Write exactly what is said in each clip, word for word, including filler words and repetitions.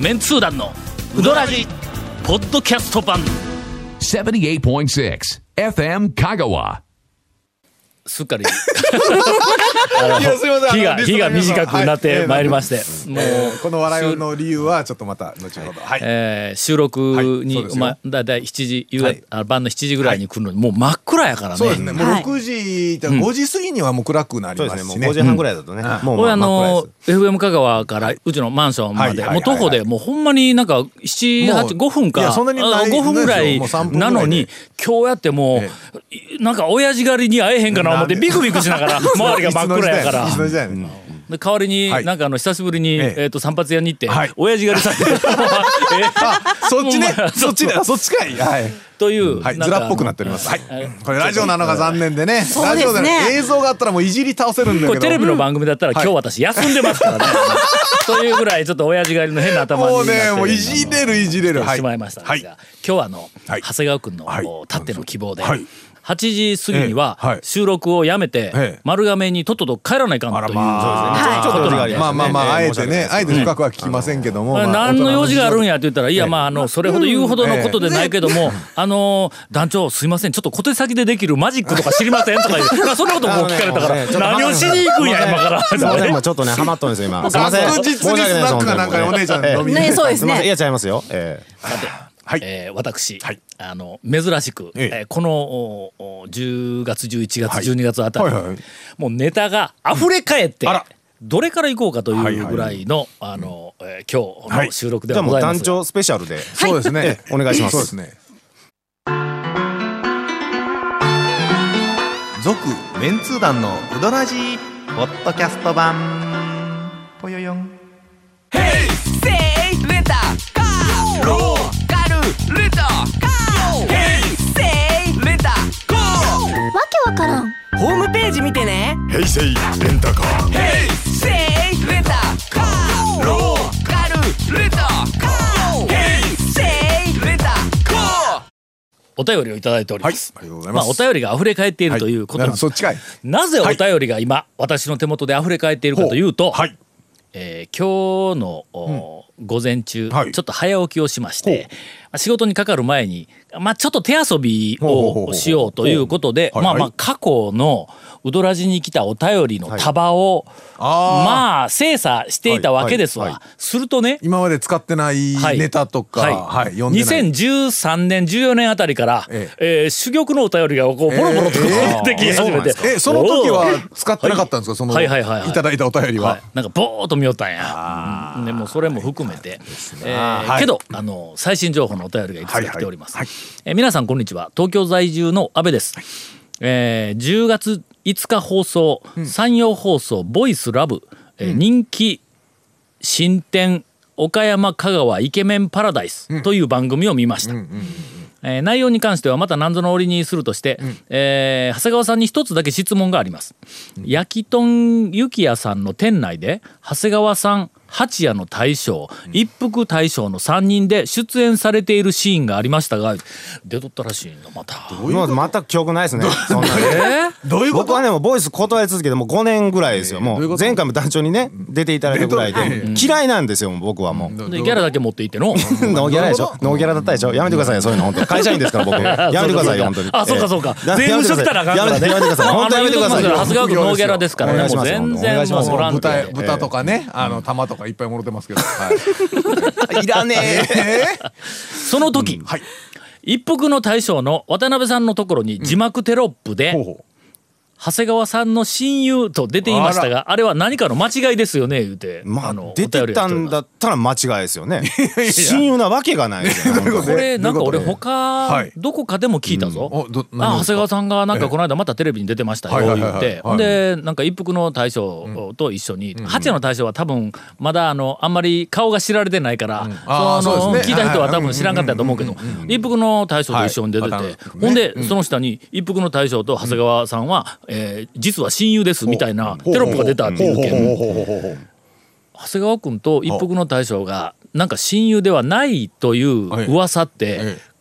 メンツー団のウドラジポッドキャスト版ななじゅうはちてんろく エフエム 香川。 すっかりあの日が日が短くなってまいりまして、もうこの笑いの理由はちょっとまた後ほど、はいえー収録に、 はいまあ、だいたいしちじ、夕方、 はいあ晩のしちじぐらいに来るのに、もう真っ暗やからね。 そうですね、もうはいろくじ、ごじ過ぎにはもう暗くなりますしね。 そうですね、もうごじはんぐらいだとね、もう俺あ真っ暗のですエフエム 香川からうちのマンションまではいはいはいはいもう徒歩でもうほんまになんかなな、 もはち、 うごふんかいやそんなにないごふんぐらいもうさんぷんぐらでないのに、今日やってもうなんか親父狩りに会えへんかな思ってビクビクしながら周りが真っ暗やからいつの時代ねで代わりにはいなんかあの久しぶりにえええーと散髪屋に行ってはい親父狩りされてそっちねほんまやそっちだそっちかい、はいというはい、 なんかずらっぽくなっております。はいえ、 これラジオなのが残念でね。 そうですねラジオで映像があったらもういじり倒せるんだけど。 これテレビの番組だったら今日私休んでますからねというぐらいちょっと親父狩りの変な頭になってもうね、もういじれるいじれる。 してしまいましたんですが、 はい今日はあの、 はい長谷川君の、 はいたっての希望で、 はいはちじ過ぎにはええはい収録をやめて、 ええ丸亀にとっとと帰らないかんという、 あらまあ、 はいちょっと時がありまあまあまあ、あえてね、あえてい深くは聞きませんけども。まあ何の用事があるんやって言ったら、いやええまああのそれほど言うほどのことでないけども、あの団長すいませんちょっと小手先でできるマジックとか知りませんとか言ってまあそんなことも聞かれたから、 あのねちょっと何をしに行くんや今から。 すいません、今ちょっとねハマっとるんですよ今。すいません。 確実にスナックかなんかにお姉ちゃん飲みにね、そうですね。 すいません、いやちゃいますよ。ええさて、 はいえー私、 はいあの珍しく、 えええーこのおおじゅうがつじゅういちがつ、 はいじゅうにがつあたりに、 はいはいもうネタが溢れ返って、 あらどれから行こうかとはいいうぐらいの、あの、えー今日はいの収録でじゃあもうはございますが、 団長スペシャルで。 そうですね。 お願いしますそうですね。 続メンツー団のウドラジーポッドキャスト版ぽよよん。 わけわからん。 ホームページ見てね。 ヘイセイレンタカー。 ヘイセイレンタカー。ローカルレンタカー。ヘイセイレンタカー。 お便りをいただいておりはい、 ます。 ありがとうございまあ、 ます。 お便りが溢れ返っているということなんです。 そっちかい。 なぜお便りが今、私の手元で溢れ返っているかというと、 はい。 えー今日の、お午前中、 はいちょっと早起きをしまして、まあ仕事にかかる前に、まあ、ちょっと手遊びほうほうほうほうをしようということで、 ほうはいはいまあまあ過去のウドラジに来たお便りの束を、 あーまあ精査していたわけですわ。 はいはいするとね、 今まで使ってないはいネタとか、はい、読んでない。 にせんじゅうさんねんじゅうよねんあたりから、 ええー珠玉のお便りがこうボロボロとえー出てき始めて、 え、その時は使ってなかったんですか、その、 はいはいはいはいいただいたお便りは。 はい、なんかボーっと見よったんや。うんでもうそれも含めて、えーはいけどあの最新情報のお便りがいくつか来ております。 はいはいえー皆さんこんにちは、東京在住の安倍です。えーじゅうがついつか放送、山陽放送ボイスラブ、えー人気新店岡山香川イケメンパラダイスという番組を見ました。えー内容に関してはまた何ぞの折にするとして、えー長谷川さんに一つだけ質問があります。焼き豚ゆきやさんの店内で長谷川さん、八谷の大将、一服大将のさんにんで出演されているシーンがありましたが、出とったらしいのまた。 もう全く記憶ないですね。そんなえーどういうこと？ 僕はねもうボイス断り続けてもうごねんぐらいですよ。もどういうことう前回も団長にね出ていただいたぐらい出で嫌いなんですよ。もう僕はもう。 でギャラだけ持っていっての。 ノーギャラでしょ。ノーギャラだったでしょ。やめてくださいよそういうの本当。会社員ですから僕。やめてくださいよ本当に。 あ、そうかそうか。 ええ税務署来たらあかんからね。 やめてやめてください。本当やめてくださいよ。 長谷川君ノーギャラですからね。もうお願いしますよ全然お願いしますよもうボランティア豚で。 豚とかね、あの玉とかいっぱいもろてますけど、はいいらねえ。 その時、 はい。 一服の大将の渡辺さんのところに字幕テロップで、 ほうほう。 長谷川さんの親友と出ていましたが、あれは何かの間違いですよね言うて、 まあの出てたんだったら間違いですよね。親友なわけがないですよ。本当これなんか俺どういうこと他はいどこかでも聞いたぞ、 おどあ何ですか長谷川さんがなんかこの間またテレビに出てましたよはいはいはいはい言って、ほんでなんか一服の大将と一緒に、八谷の大将は多分まだあのあんまり顔が知られてないから、 あーそのそうですね聞いた人は多分知らんかったと思うけど、一服の大将と一緒に出てて、 はいねほんでその下に一服の大将と長谷川さんは、えー実は親友ですみたいなテロップが出たっていうけん、長谷川君と一服の大将がなんか親友ではないという噂って、 ええ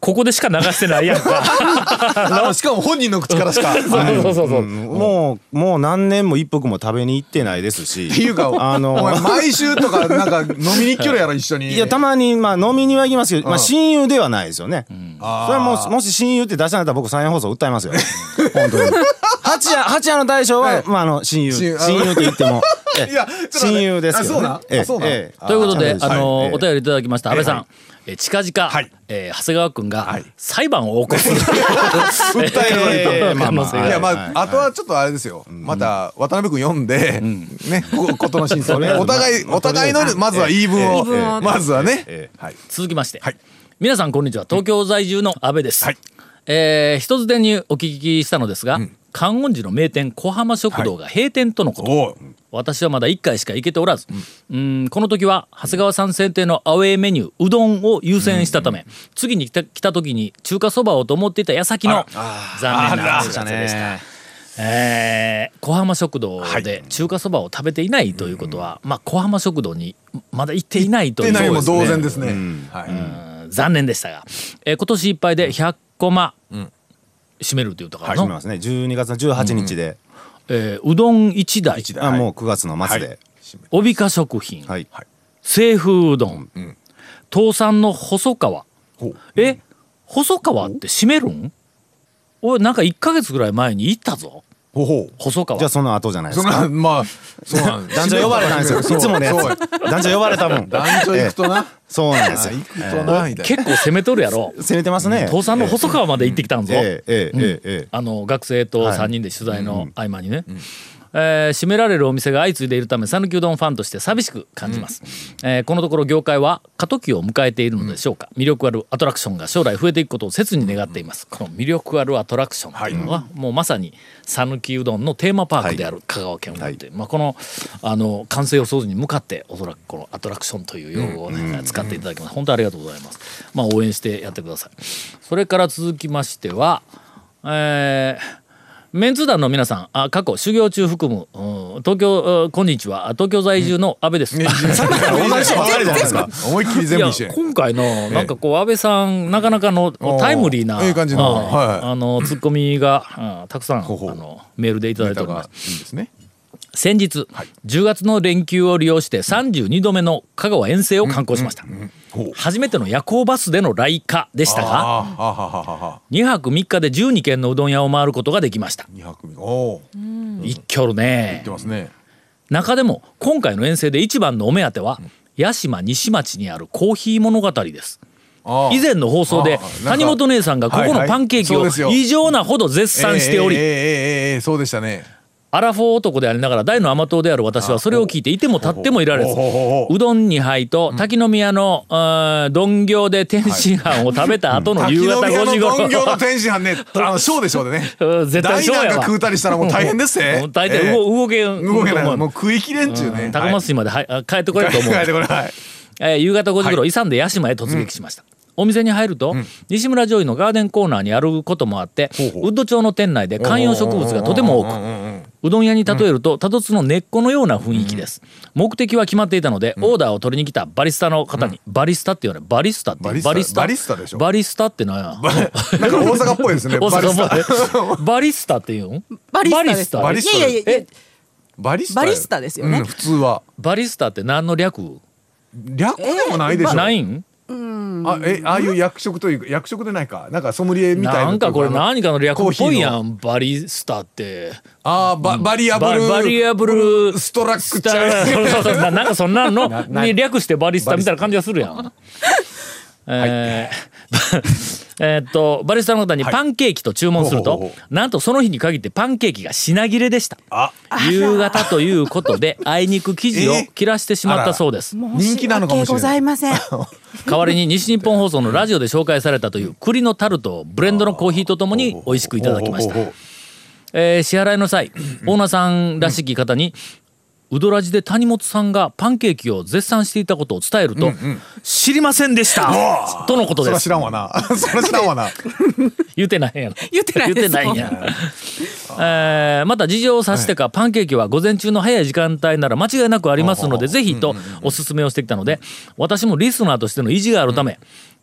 ここでしか流してないやんかあのしかも本人の口からしか。 そうそうそうそう、 もうもう何年も一服も食べに行ってないですし。 っていうか、 あのお前毎週とかなんか飲みに行きよるやろ一緒に。 いやたまにまあ飲みには行きますけど、まあ親友ではないですよね。 あーそれはもしもし親友って出したんだったら僕山陽放送訴えますよ。本当に。八夜八夜の大将はまああの親友親友親友って言ってもえいやちょっと待って親友ですけどね。 あそうなんええあそうなんええということで、 あちゃんあの、 はいお便りいただきました安倍さん、 はいえ近々、 はいえー長谷川君がはい裁判を起こす、 訴えるええまあまあ可能性がいやまあ、 はいあとはちょっとあれですよ、また渡辺君読んで、ねこことの真相ね、お互いお互いのまずは言い分を、 言い分をまずはね、 ええはい続きまして、 はい皆さんこんにちは、東京在住の安倍です、 はいえー人づてにお聞きしたのですが、観音寺の名店小浜食堂が閉店とのこと、 おう私はまだいっかいしか行けておらず、うん、この時は長谷川さん選定のアウェーメニューうどんを優先したため、次に来た来た時に中華そばをと思っていた矢先の残念なお知らせでした。えー小浜食堂で中華そばを食べていないということは、まあ小浜食堂にまだ行っていないというってないもそうですね同然ですね、はいうん残念でしたが、えー今年いっぱいでひゃっコマ締めるというところの、 始めますね。じゅうにがつのじゅうはちにちで、 えーうどんいちだい、 あもうくがつの末で、 はい帯化食品、 はい。 清風うどん、東山の細川、 ほうえ細川って閉めるん？俺なんかいっかげつぐらい前に行ったぞほうほう細川。 じゃあその後じゃないですそか。 のまあそうなんです団長呼ばれたんですよ。いつものやそうつ。団長呼ばれた分。 団長行くとな、 そうなんですよ。 あ行くとなみたいな結構攻めとるやろ。 攻めてますね。 東山の細川まで行ってきたんぞ。 ええええええええ。 あの学生とさんにんで取材の合間にね、えー閉められるお店が相次いでいるため讃岐うどんファンとして寂しく感じます、えーこのところ業界は過渡期を迎えているのでしょうか、魅力あるアトラクションが将来増えていくことを切に願っています。この魅力あるアトラクションというのは、もうまさに讃岐うどんのテーマパークである香川県を持っている、まあ、このあの完成予想図に向かっておそらくこのアトラクションという用語をね、使っていただきます。本当にありがとうございます。まあ応援してやってください。それから続きましては、えーメンツ団の皆さん、あ過去修行中含む、うん、東京、こんにちは、東京在住の安倍です。 同じ人ばっかりじゃないですか。思いっきり全いや部一緒や今回のなんかこう安倍さんなかなかのタイムリーなええ感じのうんはいあのツッコミが、うんたくさんほうほうあのメールでいただいております。 いいですね。 先日、じゅうがつの連休を利用してさんじゅうにどめの香川遠征を観光しました。 ほう初めての夜行バスでの来華でしたが、 あーははははにはくみっかでじゅうにけんのうどん屋を回ることができました。 二泊目。おお一挙るね行って。ますね。 中でも今回の遠征で一番のお目当ては、屋島西町にあるコーヒー物語です。 あー以前の放送であーなんか谷本姉さんがここのパンケーキをはいはいそうですよ異常なほど絶賛しており、 ええええええええそうでしたね。 アラフォー男でありながら大の甘党である私はそれを聞いていても立ってもいられず、 ほうほうほうほううどんに杯と滝宮のあー丼行で天津飯を食べた後の夕方ごじ頃、 滝の宮の本業の天津飯ね、あのショーでしょうでね。 うん絶対大そうやわなんか食うたりしたらもう大変ですね。 もう大体ええ動動けん動けない。 と思うもう食いきれんちゅうね。 高松市まではあ帰ってこれると思う。 帰ってこれはい。 えー夕方ごじ頃、勇んで屋島へ突撃しました。お店に入ると、西村醤油のガーデンコーナーにあることもあって、 ほうほうウッド調の店内で観葉植物がとても多く、うどん屋に例えると多度津の根っこのような雰囲気です。目的は決まっていたので、オーダーを取りに来たバリスタの方に、バリスタって言われバリスタってバリスタバリスタでしょバリスタって何やなんか大阪っぽいですね。 大バリス阪タ。 バリスタって言うんバリスタですバリスタいやいやいやえバリスタ。 バリスタですよねうん普通はバリスタって何の略略でもないでしょ。 ないんあえああいう役職というか役職でないかなんかソムリエみたいななんかこれ何かの略っぽいやん。 んバリスタってああババリアブルババリアブルストラックスチャー。 そうそうそうななんかそんなのに略してバリスタみたいな感じがするやん。えーえーっとバリスタの方にパンケーキと注文すると、 ほうほうほなんとその日に限ってパンケーキが品切れでした。 あ夕方ということであいにく生地を切らしてしまったそうです。 人気なのかもしれない申訳ございません。 代わりに西日本放送のラジオで紹介されたという栗のタルトをブレンドのコーヒーとともに美味しくいただきました。 ほうほうほうほえー支払いの際オーナーさんらしき方に、うどらじで谷本さんがパンケーキを絶賛していたことを伝えると、知りませんでしたとのことそら知です。 らんわな。そら知らんわな。 言ってないんやろ。 言ってないです言ってないんや。えーまた事情を察してか、パンケーキは午前中の早い時間帯なら間違いなくありますので、ぜひとおすすめをしてきたので、私もリスナーとしての意地があるため、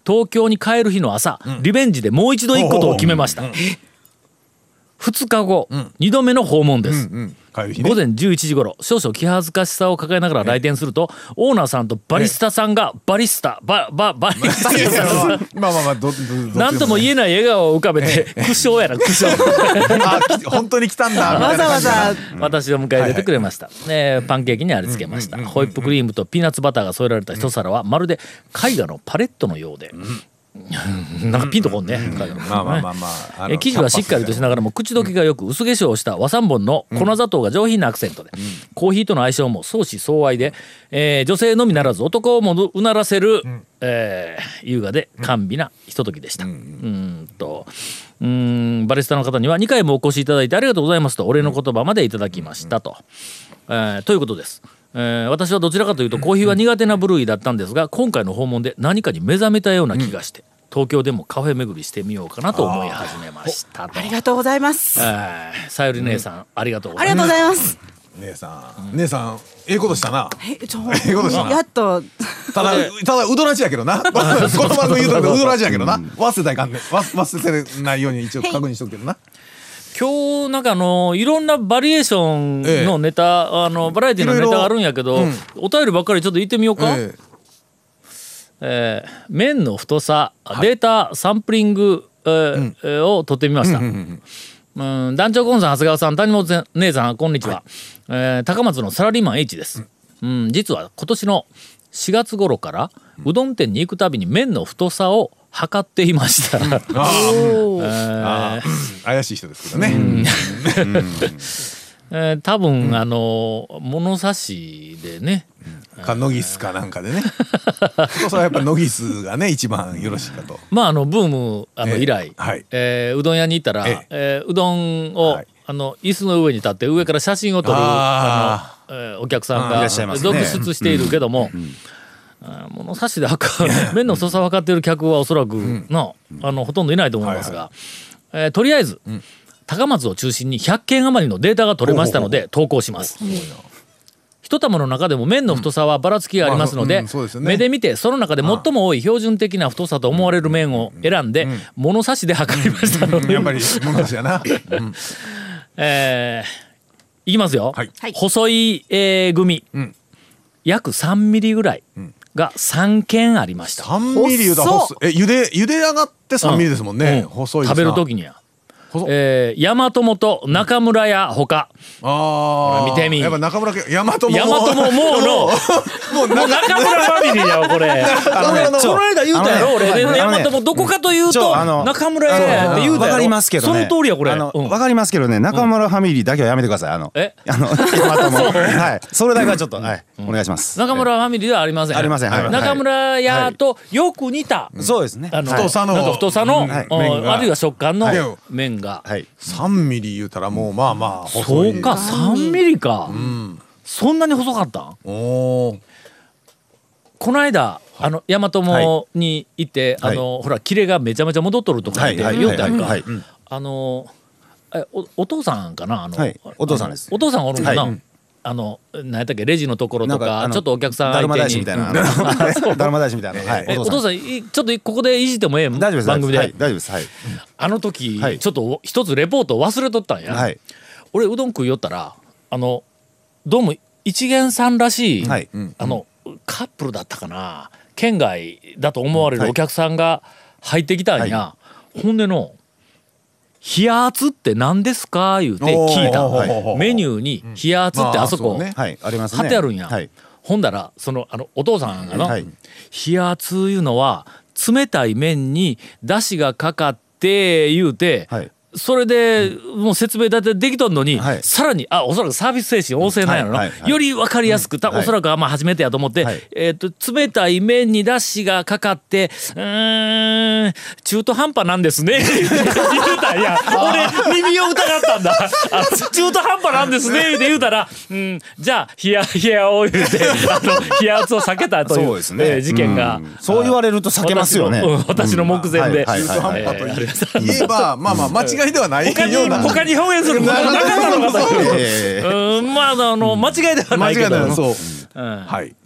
東京に帰る日の朝、リベンジでもう一度行くことを決めました。ふつかご、にどめの訪問です。 帰る日ね。 午前じゅういちじ頃、少々気恥ずかしさを抱えながら来店すると、オーナーさんとバリスタさんがバリスタバババリスタまあまあまあどどどなんとも言えない笑顔を浮かべて苦笑やな苦笑あき本当に来たんだみたわいな感じざわざ私を迎え入れてくれました、ね、パンケーキにありつけました。ホイップクリームとピーナッツバターが添えられた一皿はまるで絵画のパレットのようで、なんかピンとこんね。 まあまあまあまあ、あの生地はしっかりとしながらも口どけがよく薄化粧をした和三盆の粉砂糖が上品なアクセントで、コーヒーとの相性も相思相愛で、えー女性のみならず男をもうならせる、えー優雅で甘美なひとときでした。うーんとうーんバリスタの方にはにかいもお越しいただいてありがとうございますとお礼の言葉までいただきましたと、えーということです。えー私はどちらかというとコーヒーは苦手な部類だったんですが、今回の訪問で何かに目覚めたような気がして、東京でもカフェ巡りしてみようかなと思い始めましたと。 ありがとうございます。 えーさゆり姉さん、ありがとうごありがざいます。 とうございます。 姉さん姉さんええことしたな。 えちょええことしたな。 やっとただただうどらじやけどな。言葉の言うとるけどうどらじやけどな。忘れたらいかんね。忘忘れないように一応確認しとくけどな。 今日なんかあのいろんなバリエーションのネタ、あのバラエティのネタがあるんやけど、お便りばっかりちょっと言ってみようか。 ええー麺の太さ、データサンプリング、えーえーを取ってみました。うん団長コンさん長谷川さん谷本姉さんこんにちは、えー高松のサラリーマン H です、うん実は今年のしがつ頃からうどん店に行くたびに麺の太さを測っていました。 えあーあー怪しい人ですけどね。 えー多分、あの物差しでね、 かノギスかなんかでね。そうそうやっぱノギスがね一番よろしいかと。 まああのブームあのええ以来、 はいえーうどん屋に行ったら、 えええーうどんを、 はいあの椅子の上に立って上から写真を撮るああの、えーお客さんあーいがらっしゃいますね続出しているけども、あー物差しで測る麺の太さを測っている客はおそらく、なあのほとんどいないと思いますが、えーとりあえず、高松を中心にひゃっけん余りのデータが取れましたので投稿します。一玉の中でも麺の太さはばらつきがありますので、 まあうんそうですよね目で見てその中で最も多い標準的な太さと思われる麺を選んで、物差しで測りましたので、 やっぱり物差しやな。 えーいきますよ、 はい細い、えー、グミ、 ん約さんミリぐらいがさんけんありました。 三ミリ言うたら細いえ茹で茹で上がって三ミリですもんね。 うん細いですな。 食べる時には細っえー、大和元中村屋ほか、 ああ見てみやっぱ中村家大和も大和ももうのもうもう中村ファミリーやわこれ。 中村のこの間言うたやろ俺で、 あのね大和もどこかというとちょあの中村屋って言うたやろ。 わかりますけどね。 その通りやこれ。 あのうんわかりますけどね、中村ファミリーだけはやめてください。あのえあの今ともはいそれだけはちょっとはいお願いします。 中村ファミリーではありません。 ありませんはい中村屋とよく似た、 そうですね。 あの太さのなんか太さの、 はいうん麺があるいは食感のはい麺が、 はい。 三ミリ言うたらもうまあまあそ細い。 うかさんミリか、そんなに細かったん。 おお。 この間あの大和もに行って、 はいあのほらキレがめちゃめちゃ戻っとるとか言ってはいはい言うたやんか、 はいあのえおお父さんかなあの、 はいお父さんですお父さんおるもんな、 はいあの何やったっけレジのところとかなんかあのちょっとお客さんだるま相手に大師みたいな。あのだるま大師みたいな。はい。 えお父さんいちょっとここでいじってもええ大丈夫です。 番組で、 はい大丈夫です。はい。 あの時、 はいちょっと一つレポート忘れとったんや、 はい。 俺うどん食いよったらあのどうも一元さんらしい、 はいあのカップルだったかな県外だと思われるお客さんが入ってきたんや、ほんでの冷圧って何ですか言うて聞いたおーメニューに冷圧ってあそこまあそうねはい。ありますね。 貼ってあるんや、 はい。 ほんだらそのあのお父さんがの、 はい冷圧いうのは冷たい麺に出汁がかかって言うて、 はいそれでもう説明だってできとんのに、 はいさらにあおそらくサービス精神旺盛なんやろな、 はいはいはいより分かりやすく、たはいおそらくはまあ初めてやと思って、 はいえー、と冷たい麺に出汁がかかってうーん中途半端なんですね言うたんや俺耳を疑ったんだあ中途半端なんですねって言うたら、うん、じゃあ冷や冷やを言うてあの冷圧を避けたというそうですねえー事件が、 うんそう言われると避けますよね。 私の,うん、私の目前で、 はいはいはいえーありました言えばまあまあ間違いではない他にような。 他に表現することがなかったのかという。 えうんまああの間違いではな間違いいけど。 ないそう。 うんはい。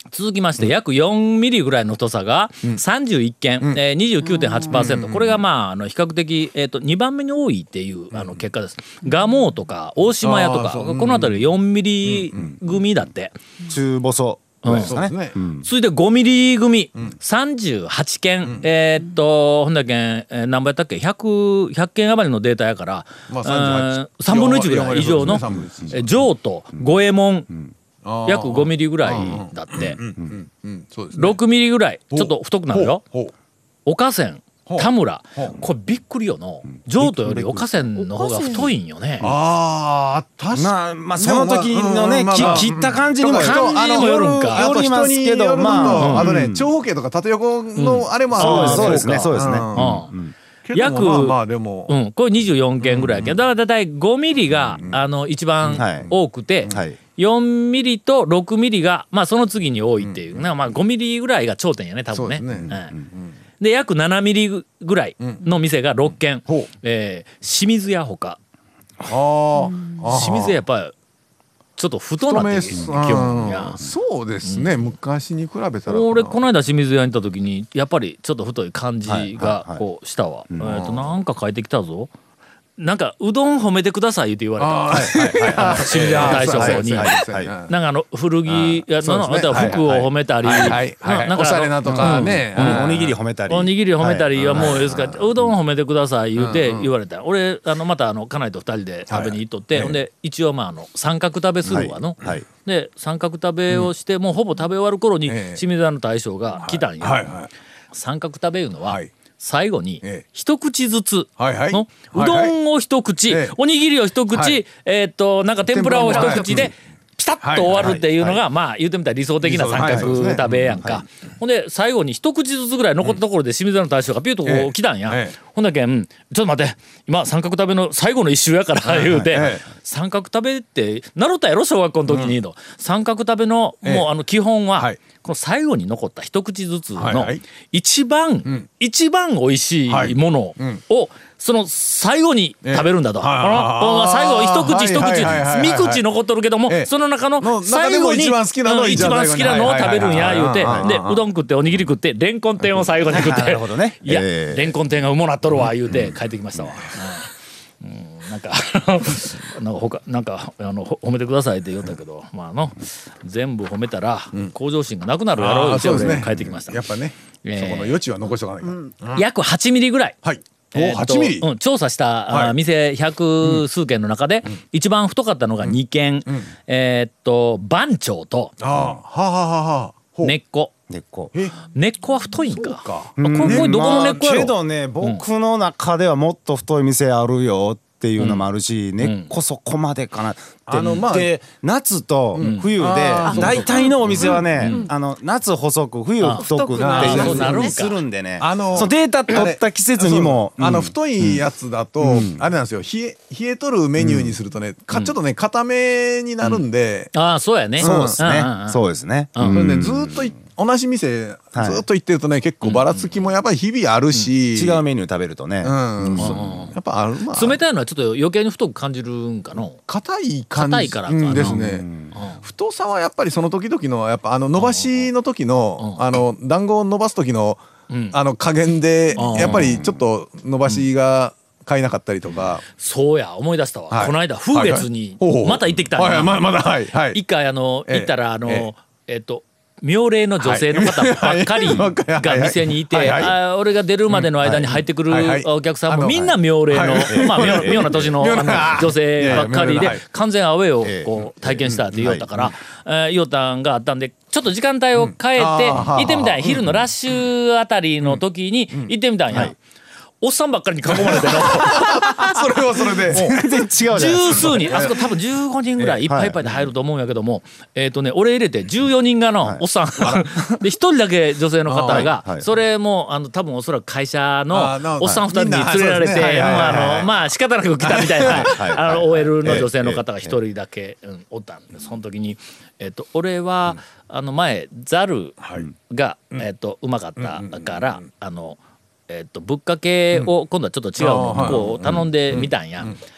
続きまして約よんミリぐらいの太さがさんじゅういっけん、うんえー、にじゅうきゅうてんはちパーセント、これがまああの比較的、えー、とにばんめに多いっていうあの結果です。蒲生とか大島屋とかこの辺りよんミリ組だって、 中細ですかね。 続いてごミリ組さんじゅうはちけん、えーっとほんだけん、えー、何倍やったっけ ひゃく, ひゃっけん余りのデータやから、 まあさんじゅうはちさんぶんのいちぐらい以上の譲渡五右衛門約ごミリぐらいだってろくミリぐらいちょっと太くなるよ。岡線田村これびっくりよの譲渡より岡線の方が太いんよね。 ああ確かまあまあその時のね、 まあまあき切った感じにも感じにもよるんか。 よりますけど、まああとね長方形とか縦横のあれもある。 そうですねそうですね。 約まあまあでもうんこれにじゅうよんけんぐらいやけど、だからだいたいごミリがあの一番多くてよんミリとろくミリがまあその次に多いっていう、まあごミリぐらいが頂点やね多分ね。で約ななミリぐらいの店がろっけん、うんえー、清水屋ほか。清水屋やっぱりちょっと太なってきよんや。 そうですね、うん、昔に比べたら俺この間清水屋に行った時にやっぱりちょっと太い感じがこうしたわ、はいはいはい、えー、となんか書いてきたぞ。なんかうどん褒めてくださいって言われた清水屋の大将に、なんかあの古着やの服を褒めたり、 おしゃれなとかね、 おにぎり褒めたりおにぎり褒めたりはもうですから、うどん褒めてください言うて言われた。俺あのまたあの家内と二人で食べに行っとって、ほんで一応まああの三角食べするわの、で三角食べをしてもうほぼ食べ終わる頃に清水屋の大将が来たんよ。三角食べいうのは最後に一口ずつのうどんを一口、おにぎりを一口、えっとなんか天ぷらを一口でピタッと終わるっていうのがまあ言うてみたら理想的な三角食べやんか。ほんで最後に一口ずつぐらい残ったところで清水屋の大将がピューとこう来たんや。ほんだけんちょっと待って今三角食べの最後の一周やから言うて、三角食べって習ったやろ小学校の時にの三角食べのもうあの基本はこの最後に残った一口ずつの一番一番美味しいものをその最後に食べるんだと。最後一口一口三口残っとるけどもその中の最後に一番好きなのを食べるんや言うて、でうどん食っておにぎり食ってレンコン天を最後に食って、いやレンコン天がうもなっとるわ言うて帰ってきましたわ。なんかなんか他なんかあの褒めてくださいって言ったけど、まあの全部褒めたら向上心がなくなるやろうって帰ってきました。 やっぱね、そこの余地は残しとかないから。 約はちミリぐらい。はい。 おはちミリ、 うん、調査した、はい、店百数軒の中で、うん、一番太かったのがにけん、うん、えー、っと番長とあははは根っこ根っこ根っこは太いんか。 かこれどこの根っこやろ。 けどね僕の中ではもっと太い店あるよっていうのもあるし、うん、根っこそこまでかなって、あの、まあ、で夏と冬で大体のお店はね、うん、あの夏細く冬太くっていうにするんでね、あのそのデータ取った季節にもあの太いやつだと、うん、あれなんですよ、冷え冷えとるメニューにするとね、うん、かちょっとね固めになるんで、 うん、ああそうやね、 そうですね、そうですね、 うん、ねずーっと同じ店ずっと行ってるとね、結構ばらつきもやっぱり日々あるし、 違うメニュー食べるとね、 やっぱある、まあ、 冷たいのはちょっと余計に太く感じるんかの。 硬い感じ硬いからかな、うん、 ですね。太さはやっぱりその時々のやっぱあの伸ばしの時のあの団子を伸ばす時のあの加減でやっぱりちょっと伸ばしが買えなかったりとか。 そうや思い出したわ、はい、この間風月にまた行ってきたんだ、 はいはい、ままだはいはい一回あの行ったらあのえっ、えー、と妙齢の女性の方ばっかりが店にいて、あ俺が出るまでの間に入ってくるお客さんもみんな妙齢のまあ妙な年の女性ばっかりで完全アウェイをこう体験したって言おったから言おったんがあったんで、ちょっと時間帯を変えて行ってみたい。昼のラッシュあたりの時に行ってみたんや。おっさんばっかりに囲まれてのそれはそれで全然違うじゃないですか。 十数人あそこ多分じゅうごにんぐらいいっぱいいっぱいで入ると思うんやけども、えっとね俺入れてじゅうよにんがのおっさんでひとりだけ女性の方が、それもあの多分おそらく会社のおっさんふたりに連れられて、あのまあ仕方なく来たみたいなあの オーエル の女性の方がひとりだけおったんで、その時にえっと俺はあの前ザルがえっとうまかったからあのえっとぶっかけを今度はちょっと違うのを頼んでみたんや。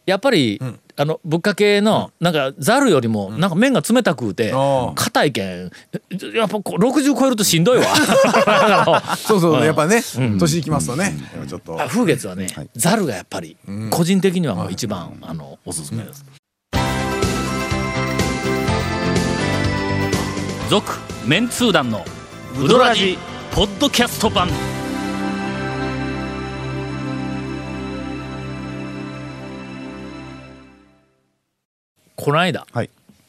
やっぱり、うん、あのぶっかけのなんかざるよりもなんか麺が冷たくて硬いけんやっぱろくじゅう超えるとしんどいわそうそう、うん、やっぱね、うん、年いきますとね、うん、ちょっと風月はねざるがやっぱり個人的にはもう一番、うん、あのおすすめです。続、うん、メンツー団のウドラジポッドキャスト版。この間、はい、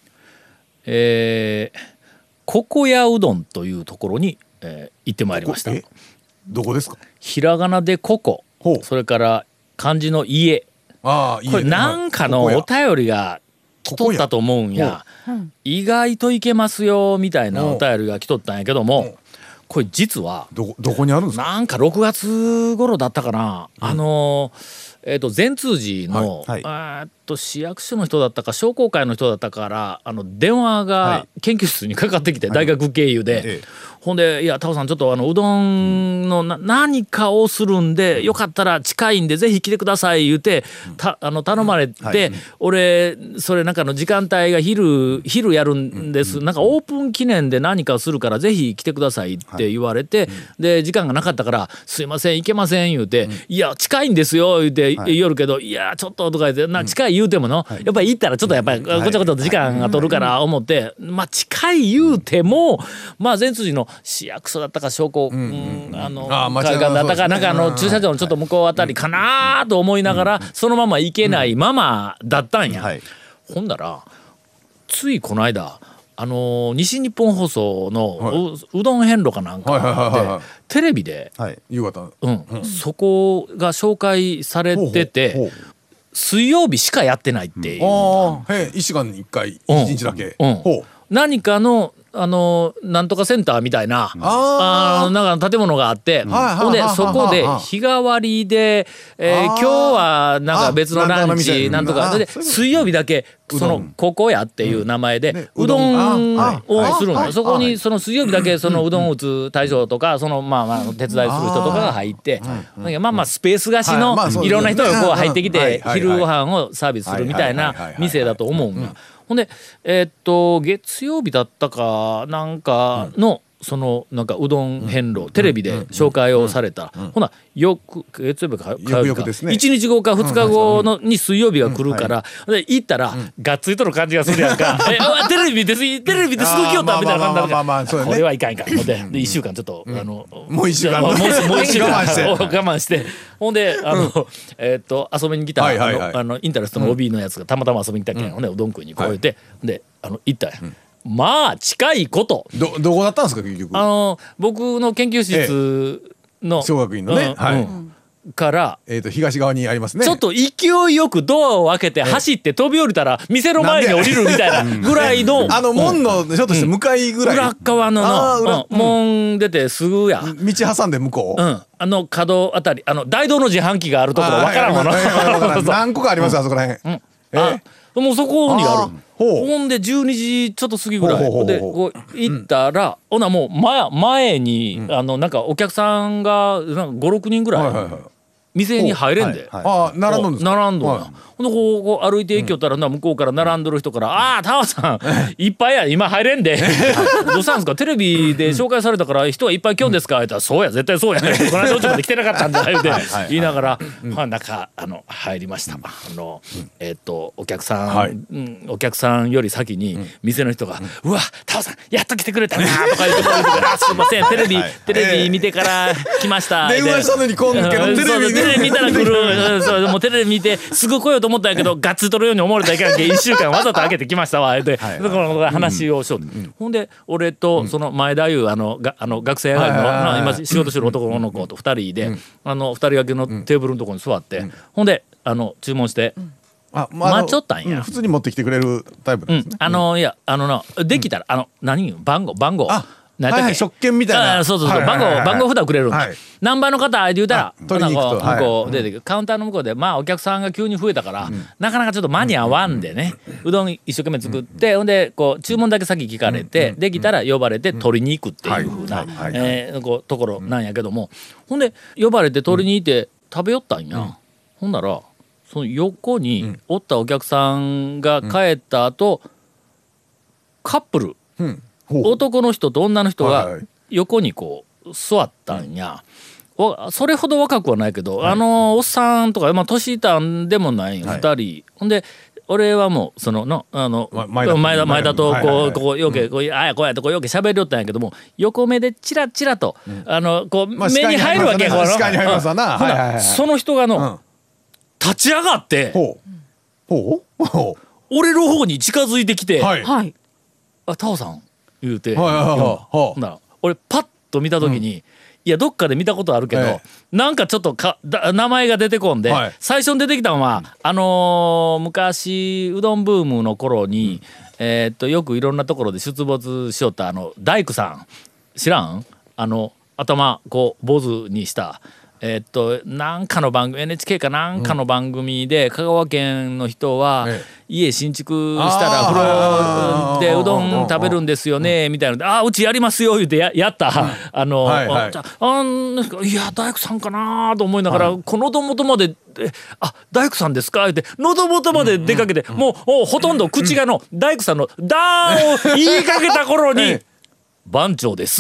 えー、ここやうどんというところに、えー、行ってまいりました。 どこですか？ ひらがなでここ、それから漢字の家。あ、いいね、これなんかのお便りが来とったと思うんや。意外といけますよみたいなお便りが来とったんやけども、これ実はどどこにあるんですか？ なんかろくがつ頃だったかな、うん、あのーえー、と善通寺の、はいはい、と市役所の人だったか商工会の人だったからあの電話が研究室にかかってきて、はい、大学経由で、はい、ほんで「いやタオさんちょっとあのうどんのな何かをするんでよかったら近いんでぜひ来てください」言うてたあの頼まれて、はい、俺それなんかの時間帯が昼昼やるんです、うん、なんかオープン記念で何かするからぜひ来てくださいって言われて、はい、で時間がなかったから「すいません行けません」言うて「うん、いや近いんですよ」言うて言うけど、いやちょっととか言ってな近い言うてもの、やっぱり行ったらちょっとやっぱりごちゃごちゃと時間が取るから思って、まあ近い言うてもまあ善通寺の市役所だったか商工あの会館だったかなんかあの駐車場のちょっと向こうあたりかなと思いながらそのまま行けないままだったんや。ほんだらついこの間あの西日本放送の う,、はい、うどん遍路かなんかで、はいはいはいはい、テレビで、はい、夕方、うんうん、そこが紹介されててほうほうほう水曜日しかやってないっていう、うん、 あへいっしゅうかんにいっかいいちにちだけ、 うんうん、ほう何かのあのなんとかセンターみたいなああなんか建物があって、うん、ほんでそこで日替わりで、えー、今日はなんか別のランチなんとかで水曜日だけそのここやっていう名前でうどんをするの。そこにその水曜日だけそのうどんを打つ大将とかそのまあまあ手伝いする人とかが入ってまあまあスペース貸しのいろんな人がこう入ってきて昼ご飯をサービスするみたいな店だと思うんや。ほんでえー、っと月曜日だったかなんかの、うん、そのなんかうどん遍路、うん、テレビで紹介をされた、うんうん、ほなよく月曜日か火曜日か、ね、いちにちごかふつかごのに水曜日が来るから、うんはい、で行ったら、うん、がっつりとる感じがするやんかえテレビですテレビですぐ来よったみたいな感じだからこれはいかんいかんのでいっしゅうかんちょっと、うん、あのもういっしゅうかんもういっしゅうかん我慢して我慢してほんであの、うん、えー、っと遊びに来た、はいはいはい、あのあのインタレストの オービー のやつがたまたま遊びに来たけん、うん、ほんでうどん食いにこう言って、はい、であの行ったんや、うんまあ近いことど, どこだったんですか結局あの僕の研究室の、 ええ、小学院のね、うんはいうん、 から、 えー、と東側にありますね。 ちょっと勢いよくドアを開けて走って飛び降りたら店の前に降りるみたいなぐらいのあの門のちょっとして向かいぐらい、 うん、裏側のの、うん、門出てすぐや道挟んで向こう、 うん、あの角あたりあの大道の自販機があるところ分からんもの何個かありますよ、うん、あそこら辺、うんえー、 あもうそこにあるほ, ほんでじゅうにじちょっと過ぎぐらいでこう行ったら、うん、ほなもう 前, 前に、うん、あのなんかお客さんがごろくにんぐらい、はいはいはい店に入れんで、 はいはい、あ並んどんですか並んどんな、はい、ほんでこうこう歩いていきよったらな向こうから並んどる人から「ああタワさんいっぱいや今入れんでどうしたんですかテレビで紹介されたから人はいっぱい来よんですか?」言ったら「そうや絶対そうやねこの間ちょっと来てなかったんだ」言うて言いながらまあ中あの入りました。あのえっとお客さん、はいうん、お客さんより先に店の人が「うわタワさんやっと来てくれたな」とか言って「すいませんテレビテレビ見てから来ました」 電話したのに来んけどテレビテレビ見たら来るそうもうテレビ見てすぐ来ようと思ったんやけどガッツリ取るように思われたらいけないけどいっしゅうかんわざと開けてきましたわでその話をしよう、うん、ほんで俺とその前田優あのがあの学生上がりの、はい、今仕事してる男の子とふたりで、うん、あのふたり掛けのテーブルのところに座って、うん、ほんであの注文して、うんあまあ、待っちょったんや、 うん、普通に持ってきてくれるタイプですね、 うん、あのいやあのなできたら、うん、あの何番号番号はいはい、食券みたいなそうそうそう、はいはいはいはい、番号番号札くれるんだ、はい、何番の方って言うたら取りに行くと向こう出てくる、はい、カウンターの向こうでまあお客さんが急に増えたから、うん、なかなかちょっと間に合わんでね、うん、うどん一生懸命作って、うん、ほんでこう注文だけ先聞かれて、うん、できたら呼ばれて取りに行くっていう風なところなんやけども、ほんで呼ばれて取りに行って食べよったんや、うん、ほんならそその横におったお客さんが帰った後、うん、カップル、うん、男の人と女の人が横にこう座ったんや、うん、それほど若くはないけど、はい、あのおっさんとか、まあ、年いたんでもないふたり、はい、ほんで俺はもうそののあの前田前田前田とこうこうよけこうあやこうやとこうよけ喋りよったんやけども、横目でチラチラとあのこう目に入るわけやから、その人がの立ち上がって俺の方に近づいてきて、あタオさん言うて、ほな俺パッと見た時に。いやどっかで見たことあるけど、ええ、なんかちょっとかだ名前が出てこんで、はい、最初に出てきたのは、うん、あのー、昔うどんブームの頃に、うん、えー、っとよくいろんなところで出没しよったあの大工さん知らん？あの頭こう坊主にしたえー、っとなんかの番組 エヌエイチケー かなんかの番組で、うん、香川県の人は、ええ、家新築したら風呂でうどん食べるんですよねみたいなので、ああうちやりますよ言うて や, やった、はい、あの、はいはい、あいや大工さんかなと思いながら、はい、この喉元まであ大工さんですかって喉元まで出かけて、うんうん、もう、もうほとんど口がの大工さんのダーンを言いかけた頃に、ええ番長です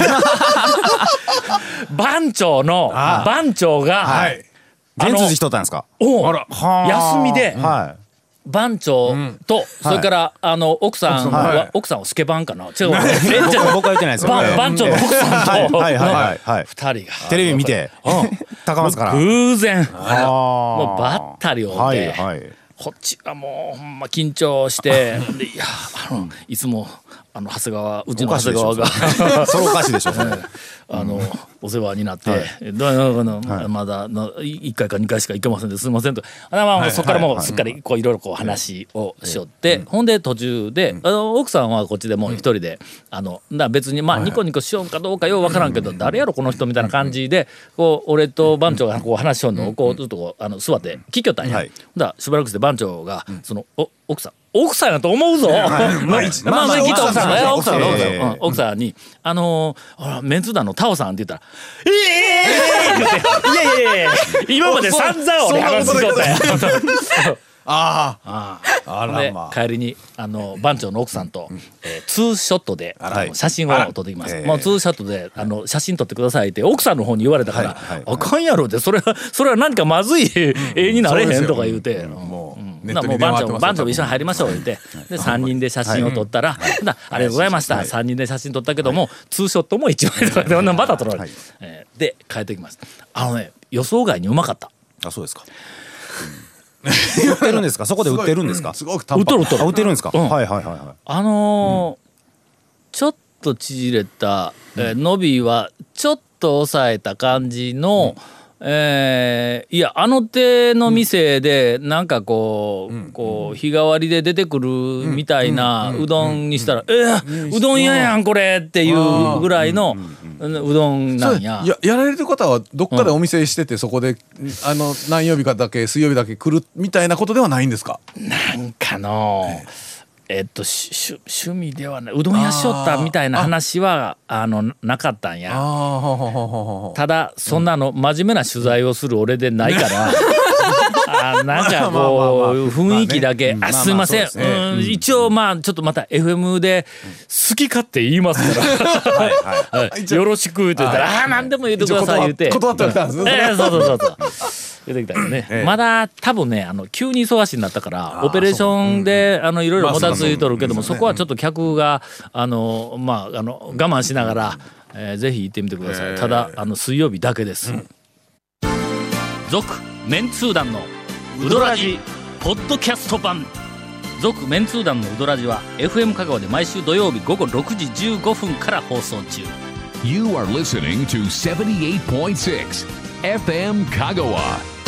番長の番長が全通寺しとったんですか？ おあら休みで、はい、番長と、うん、それから、はい、あの奥さんは、はい、奥さんはスケバンかな違う僕は言ってないですよ、ね、 番長の奥さんとふたりがテレビ見て、うん、高松から偶然もうばったりを見て、はいはい、こっちはもうほんま緊張してでいやあのいつもあの長谷川うちの長谷川がそれおかしいでしょあのお世話になって、はい、どうの、はい、まだのいっかいかにかいしか行けませんですみませんと、まあ、そこからもうすっかりこういろいろこう話をしよって、はい、ほんで途中で、うん、あの奥さんはこっちでもう一人で、うん、あのだ別にまあニコニコしようかどうかようわからんけど、はい、誰やろこの人みたいな感じでこう俺と番長がこう話しようのをこうずっとこうあの座って聞きよったんや、はい、だしばらくして番長がそのお奥さん奥さんやと思うぞ、はい、まあまあまあきっと奥さんが奥さんが奥さんが奥さんにあのほらメンツ団のタオさんって言ったらええーって言っていやいやいや今まで散々俺話しとったやんあああら、まあ、帰りにあの番長の奥さんと、うんえー、ツーショットであの写真を撮ってきます、もうツーショットであの写真撮ってくださいって奥さんの方に言われたから、はいはい、あかんやろってそれはそれは何かまずい絵になれへんとか言うて、うん、もうネットに電話ってますよ。番長も一緒に入りましょう言ってでさんにんで写真を撮ったら、はい、だありがとうございました、はい、さんにんで写真撮ったけども、はい、ツーショットもいちまいとかでまた撮られる、はいえー、で帰ってきます。あのね予想外にうまかった。 あそうですか、うん、売ってるんですかそこで売ってるんですか？ すごく売ってる売ってる売ってるんですか、うん、はいはいはいはいあのーうん、ちょっと縮れた、えー、伸びはちょっと抑えた感じの、うんえー、いやあの手の店でなんかこう、うん、こう日替わりで出てくるみたいなうどんにしたら、うんうん、えー、うどん屋やんこれっていうぐらいのうどんなんや。 や, やられる方はどっかでお店してて、うん、そこであの何曜日かだけ水曜日だけ来るみたいなことではないんですか？ なんかの、えーえっと趣味ではないうどん屋しよったみたいな話はあのなかったんや。ただそんなの真面目な取材をする俺でないからあなんかこう雰囲気だけ、あすいません、うん、一応まあちょっとまた エフエム で好き勝手言いますからよろしくって言ったら、あ何でも言ってください言って断ってたんですね。 えー、そうそうそうそう出てきたよね、ええ、まだ多分ねあの急に忙しになったからオペレーションであのいろいろもたついとるけども、そこはちょっと客があのまああの我慢しながら、えー、ぜひ行ってみてください、えー、ただあの水曜日だけです。続、うん、メンツー団のウドラジポッドキャスト版。続メンツー団のウドラジは エフエム 香川で毎週土曜日午後ろくじじゅうごふんから放送中。 You are listening to seventy-eight point six エフエム 香川